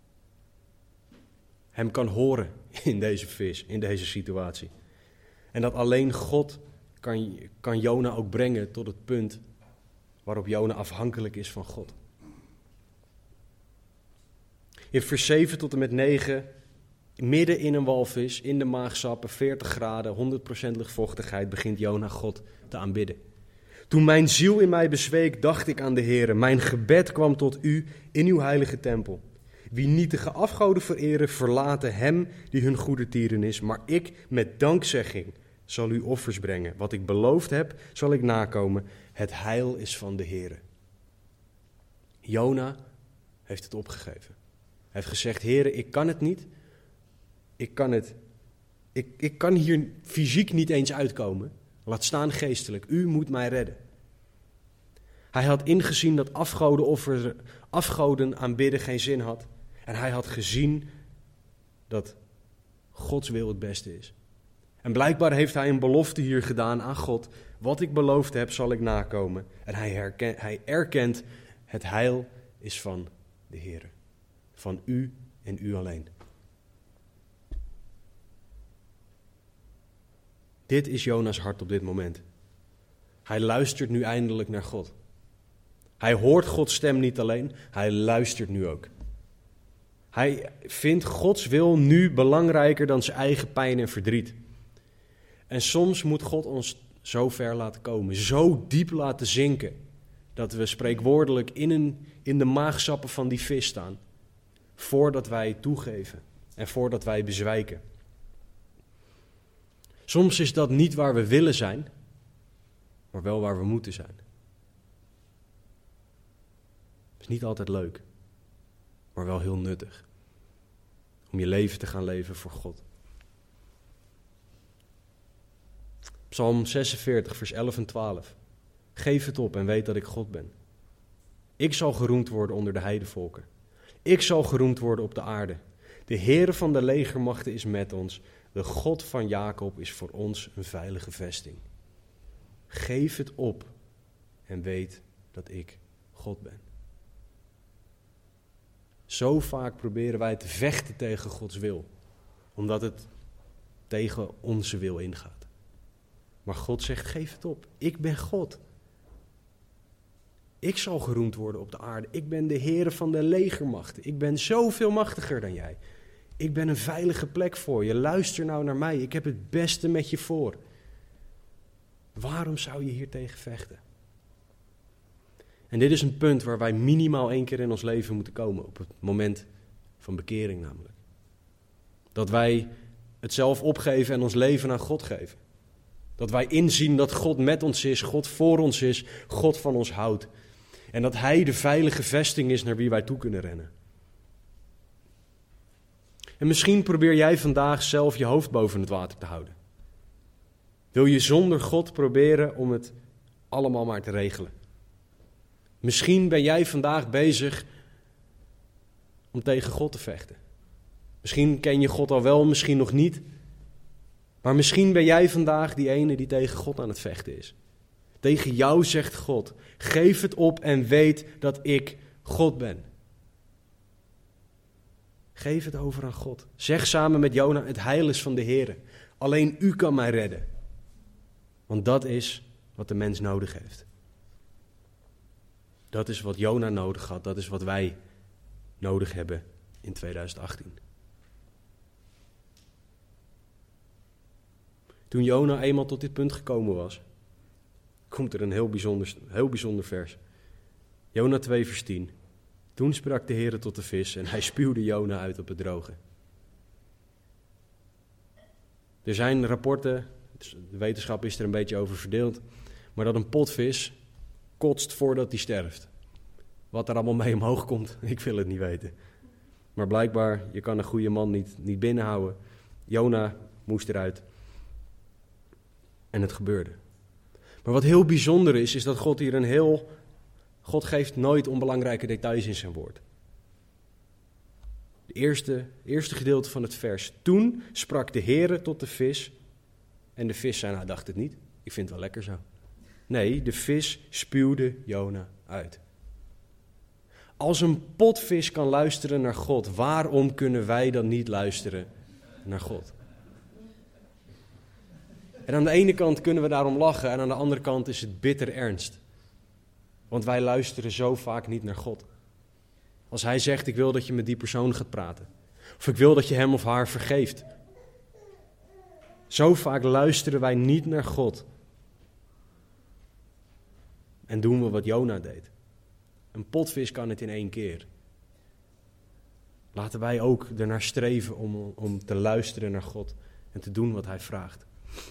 hem kan horen in deze vis, in deze situatie. En dat alleen God kan, kan Jona ook brengen tot het punt waarop Jona afhankelijk is van God. In vers zeven tot en met negen, midden in een walvis, in de maagsappen, veertig graden, honderd procent luchtvochtigheid, begint Jona God te aanbidden. Toen mijn ziel in mij bezweek, dacht ik aan de Heere. Mijn gebed kwam tot u in uw heilige tempel. Wie nietige afgoden vereren, verlaten hem die hun goedertieren is. Maar ik met dankzegging zal u offers brengen. Wat ik beloofd heb, zal ik nakomen. Het heil is van de Heere. Jona heeft het opgegeven. Hij heeft gezegd: Heere, ik kan het niet. Ik kan het. Ik, ik kan hier fysiek niet eens uitkomen. Laat staan geestelijk. U moet mij redden. Hij had ingezien dat afgodenoffers, afgoden aanbidden geen zin had. En hij had gezien dat Gods wil het beste is. En blijkbaar heeft hij een belofte hier gedaan aan God. Wat ik beloofd heb, zal ik nakomen. En hij, herkent, hij erkent, het heil is van de Heere. Van u en u alleen. Dit is Jona's hart op dit moment. Hij luistert nu eindelijk naar God. Hij hoort Gods stem niet alleen, hij luistert nu ook. Hij vindt Gods wil nu belangrijker dan zijn eigen pijn en verdriet. En soms moet God ons zo ver laten komen, zo diep laten zinken, dat we spreekwoordelijk in, een, in de maagsappen van die vis staan, voordat wij toegeven en voordat wij bezwijken. Soms is dat niet waar we willen zijn, maar wel waar we moeten zijn. Het is niet altijd leuk, maar wel heel nuttig. Om je leven te gaan leven voor God. Psalm zesenveertig, vers elf en twaalf. Geef het op en weet dat ik God ben. Ik zal geroemd worden onder de heidevolken. Ik zal geroemd worden op de aarde. De Heere van de legermachten is met ons. De God van Jacob is voor ons een veilige vesting. Geef het op en weet dat ik God ben. Zo vaak proberen wij te vechten tegen Gods wil, omdat het tegen onze wil ingaat. Maar God zegt: geef het op, ik ben God. Ik zal geroemd worden op de aarde. Ik ben de Heere van de legermachten. Ik ben zoveel machtiger dan jij. Ik ben een veilige plek voor je. Luister nou naar mij. Ik heb het beste met je voor. Waarom zou je hier tegen vechten? En dit is een punt waar wij minimaal één keer in ons leven moeten komen. Op het moment van bekering namelijk. Dat wij het zelf opgeven en ons leven aan God geven. Dat wij inzien dat God met ons is, God voor ons is, God van ons houdt. En dat Hij de veilige vesting is naar wie wij toe kunnen rennen. En misschien probeer jij vandaag zelf je hoofd boven het water te houden. Wil je zonder God proberen om het allemaal maar te regelen? Misschien ben jij vandaag bezig om tegen God te vechten. Misschien ken je God al wel, misschien nog niet. Maar misschien ben jij vandaag die ene die tegen God aan het vechten is. Tegen jou zegt God, geef het op en weet dat ik God ben. Geef het over aan God. Zeg samen met Jona, het heil is van de Heere. Alleen u kan mij redden. Want dat is wat de mens nodig heeft. Dat is wat Jona nodig had. Dat is wat wij nodig hebben in tweeduizend achttien. Toen Jona eenmaal tot dit punt gekomen was, komt er een heel bijzonder, heel bijzonder vers. Jona twee vers tien. Toen sprak de Heere tot de vis en hij spuwde Jona uit op het droge. Er zijn rapporten, de wetenschap is er een beetje over verdeeld, maar dat een potvis kotst voordat hij sterft. Wat er allemaal mee omhoog komt, ik wil het niet weten. Maar blijkbaar, je kan een goede man niet, niet binnenhouden. Jona moest eruit. En het gebeurde. Maar wat heel bijzonder is, is dat God hier een heel... God geeft nooit onbelangrijke details in zijn woord. Het eerste, eerste gedeelte van het vers. Toen sprak de Heere tot de vis. En de vis zei, nou, dacht het niet. Ik vind het wel lekker zo. Nee, de vis spuwde Jona uit. Als een potvis kan luisteren naar God, waarom kunnen wij dan niet luisteren naar God? En aan de ene kant kunnen we daarom lachen en aan de andere kant is het bitter ernst. Want wij luisteren zo vaak niet naar God. Als hij zegt, ik wil dat je met die persoon gaat praten. Of ik wil dat je hem of haar vergeeft. Zo vaak luisteren wij niet naar God. En doen we wat Jona deed. Een potvis kan het in één keer. Laten wij ook ernaar streven om, om te luisteren naar God en te doen wat hij vraagt.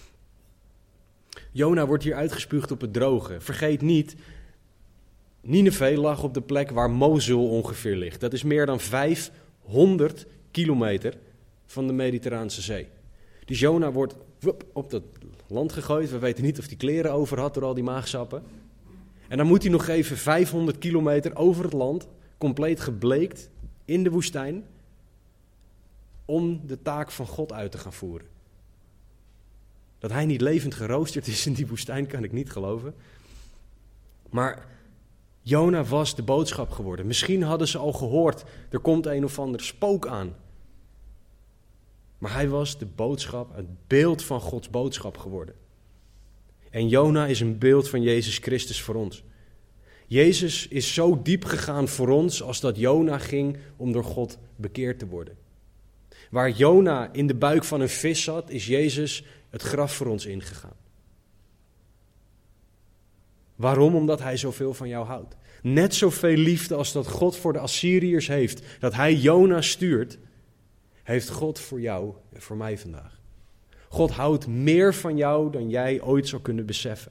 Jona wordt hier uitgespuugd op het droge. Vergeet niet, Nineve lag op de plek waar Mosul ongeveer ligt. Dat is meer dan vijfhonderd kilometer van de Mediterraanse Zee. Dus Jona wordt wup, op dat land gegooid. We weten niet of hij kleren over had door al die maagsappen. En dan moet hij nog even vijfhonderd kilometer over het land, compleet gebleekt, in de woestijn, om de taak van God uit te gaan voeren. Dat hij niet levend geroosterd is in die woestijn, kan ik niet geloven. Maar Jona was de boodschap geworden. Misschien hadden ze al gehoord, er komt een of ander spook aan. Maar hij was de boodschap, het beeld van Gods boodschap geworden. En Jona is een beeld van Jezus Christus voor ons. Jezus is zo diep gegaan voor ons als dat Jona ging om door God bekeerd te worden. Waar Jona in de buik van een vis zat, is Jezus het graf voor ons ingegaan. Waarom? Omdat hij zoveel van jou houdt. Net zoveel liefde als dat God voor de Assyriërs heeft, dat hij Jona stuurt, heeft God voor jou en voor mij vandaag. God houdt meer van jou dan jij ooit zou kunnen beseffen.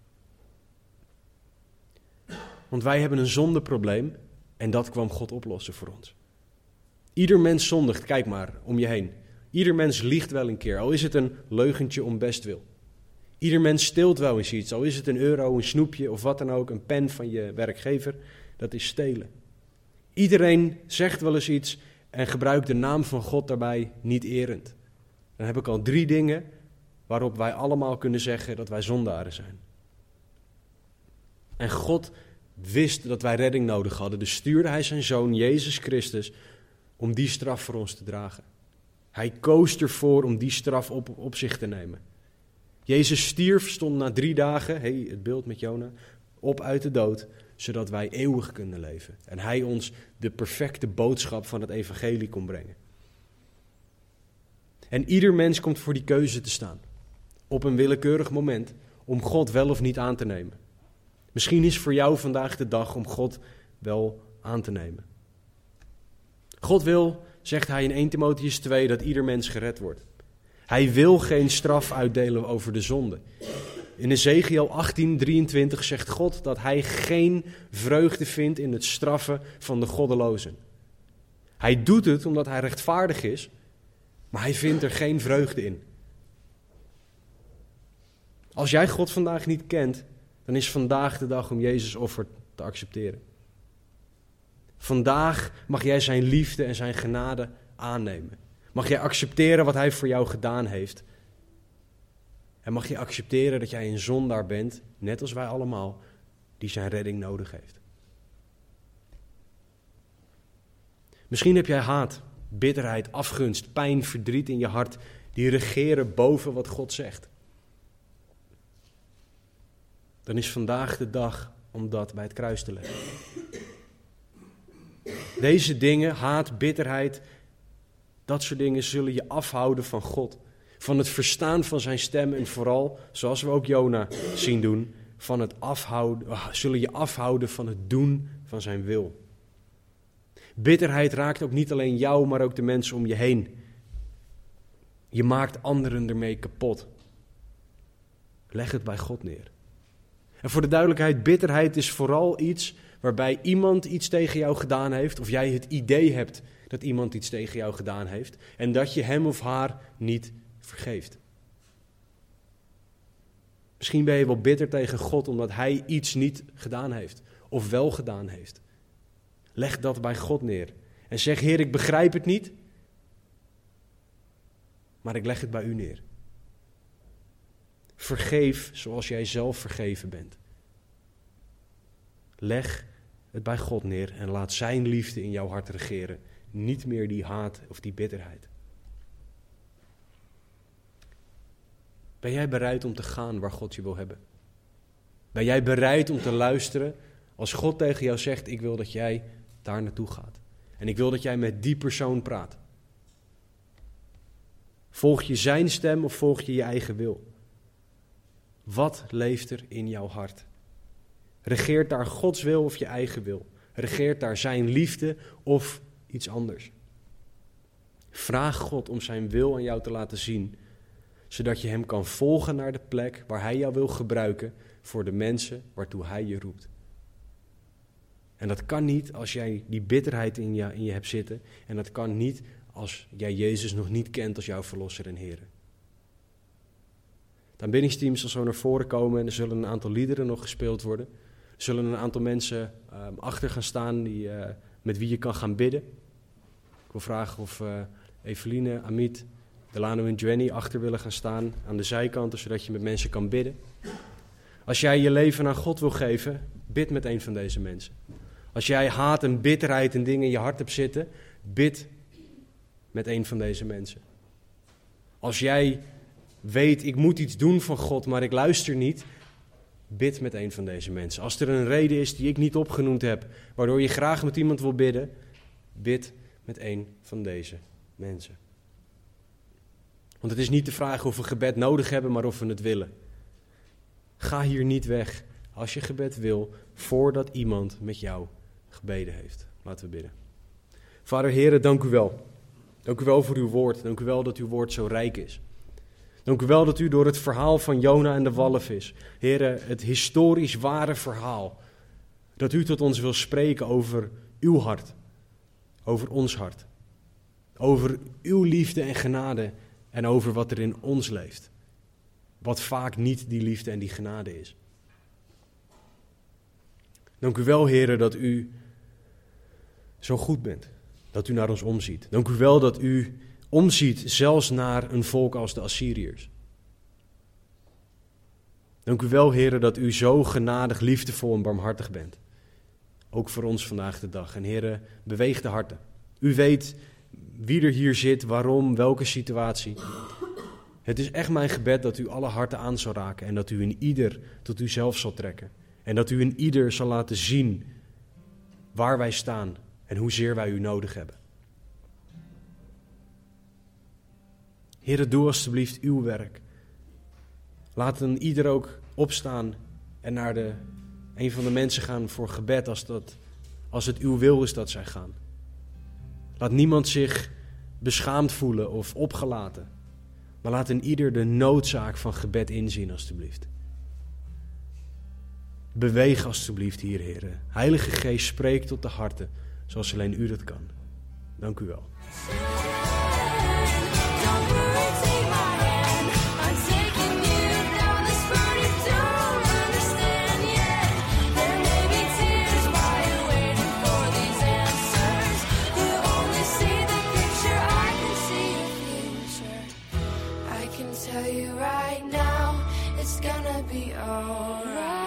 Want wij hebben een zondeprobleem en dat kwam God oplossen voor ons. Ieder mens zondigt, kijk maar om je heen. Ieder mens liegt wel een keer, al is het een leugentje om bestwil. Ieder mens steelt wel eens iets, al is het een euro, een snoepje of wat dan ook, een pen van je werkgever. Dat is stelen. Iedereen zegt wel eens iets en gebruikt de naam van God daarbij niet erend. Dan heb ik al drie dingen waarop wij allemaal kunnen zeggen dat wij zondaren zijn. En God wist dat wij redding nodig hadden, dus stuurde hij zijn zoon Jezus Christus om die straf voor ons te dragen. Hij koos ervoor om die straf op, op zich te nemen. Jezus stierf, stond na drie dagen, hey, het beeld met Jona, op uit de dood, zodat wij eeuwig kunnen leven. En hij ons de perfecte boodschap van het evangelie kon brengen. En ieder mens komt voor die keuze te staan, op een willekeurig moment, om God wel of niet aan te nemen. Misschien is voor jou vandaag de dag om God wel aan te nemen. God wil, zegt hij in eerste Timotheüs twee, dat ieder mens gered wordt. Hij wil geen straf uitdelen over de zonde. In Ezekiel achttien drieëntwintig zegt God dat hij geen vreugde vindt in het straffen van de goddelozen. Hij doet het omdat hij rechtvaardig is Maar hij vindt er geen vreugde in. Als jij God vandaag niet kent, dan is vandaag de dag om Jezus' offer te accepteren. Vandaag mag jij zijn liefde en zijn genade aannemen. Mag jij accepteren wat hij voor jou gedaan heeft. En mag je accepteren dat jij een zondaar bent, net als wij allemaal, die zijn redding nodig heeft. Misschien heb jij haat, bitterheid, afgunst, pijn, verdriet in je hart, die regeren boven wat God zegt. Dan is vandaag de dag om dat bij het kruis te leggen. Deze dingen, haat, bitterheid, dat soort dingen zullen je afhouden van God. Van het verstaan van zijn stem en vooral, zoals we ook Jona zien doen, van het afhouden, zullen je afhouden van het doen van zijn wil. Bitterheid raakt ook niet alleen jou, maar ook de mensen om je heen. Je maakt anderen ermee kapot. Leg het bij God neer. En voor de duidelijkheid, bitterheid is vooral iets waarbij iemand iets tegen jou gedaan heeft, of jij het idee hebt dat iemand iets tegen jou gedaan heeft, en dat je hem of haar niet vergeeft. Misschien ben je wel bitter tegen God omdat hij iets niet gedaan heeft, of wel gedaan heeft. Leg dat bij God neer. En zeg, Heer, ik begrijp het niet, maar ik leg het bij u neer. Vergeef zoals jij zelf vergeven bent. Leg het bij God neer en laat zijn liefde in jouw hart regeren. Niet meer die haat of die bitterheid. Ben jij bereid om te gaan waar God je wil hebben? Ben jij bereid om te luisteren als God tegen jou zegt, ik wil dat jij daar naartoe gaat. En ik wil dat jij met die persoon praat. Volg je zijn stem of volg je je eigen wil? Wat leeft er in jouw hart? Regeert daar Gods wil of je eigen wil? Regeert daar zijn liefde of iets anders? Vraag God om zijn wil aan jou te laten zien, zodat je hem kan volgen naar de plek waar hij jou wil gebruiken voor de mensen waartoe hij je roept. En dat kan niet als jij die bitterheid in je, in je hebt zitten. En dat kan niet als jij Jezus nog niet kent als jouw verlosser en Heer. De aanbiddingsteam zal zo naar voren komen en er zullen een aantal liederen nog gespeeld worden. Er zullen een aantal mensen uh, achter gaan staan die, uh, met wie je kan gaan bidden. Ik wil vragen of uh, Eveline, Amit, Delano en Jenny achter willen gaan staan aan de zijkanten, zodat je met mensen kan bidden. Als jij je leven aan God wil geven, bid met een van deze mensen. Als jij haat en bitterheid en dingen in je hart hebt zitten, bid met een van deze mensen. Als jij weet, ik moet iets doen van God, maar ik luister niet, bid met een van deze mensen. Als er een reden is die ik niet opgenoemd heb, waardoor je graag met iemand wil bidden, bid met een van deze mensen. Want het is niet de vraag of we gebed nodig hebben, maar of we het willen. Ga hier niet weg als je gebed wil, voordat iemand met jou gebeden heeft. Laten we bidden. Vader, Heere, dank u wel. Dank u wel voor uw woord. Dank u wel dat uw woord zo rijk is. Dank u wel dat u door het verhaal van Jona en de walvis, Heere, het historisch ware verhaal, dat u tot ons wil spreken over uw hart, over ons hart, over uw liefde en genade en over wat er in ons leeft. Wat vaak niet die liefde en die genade is. Dank u wel, Heere, dat u zo goed bent. Dat u naar ons omziet. Dank u wel dat u omziet zelfs naar een volk als de Assyriërs. Dank u wel, Heere, dat u zo genadig, liefdevol en barmhartig bent. Ook voor ons vandaag de dag. En Heere, beweeg de harten. U weet wie er hier zit, waarom, welke situatie. Het is echt mijn gebed dat u alle harten aan zal raken en dat u in ieder tot u zelf zal trekken. En dat u in ieder zal laten zien waar wij staan en hoezeer wij u nodig hebben. Heere, doe alstublieft uw werk. Laat een ieder ook opstaan en naar de, een van de mensen gaan voor gebed als, dat, als het uw wil is dat zij gaan. Laat niemand zich beschaamd voelen of opgelaten. Maar laat een ieder de noodzaak van gebed inzien, alstublieft. Beweeg alstublieft hier, Heere. Heilige Geest, spreek tot de harten, zoals alleen u dat kan. Dank u wel. tell you right now, it's gonna be alright.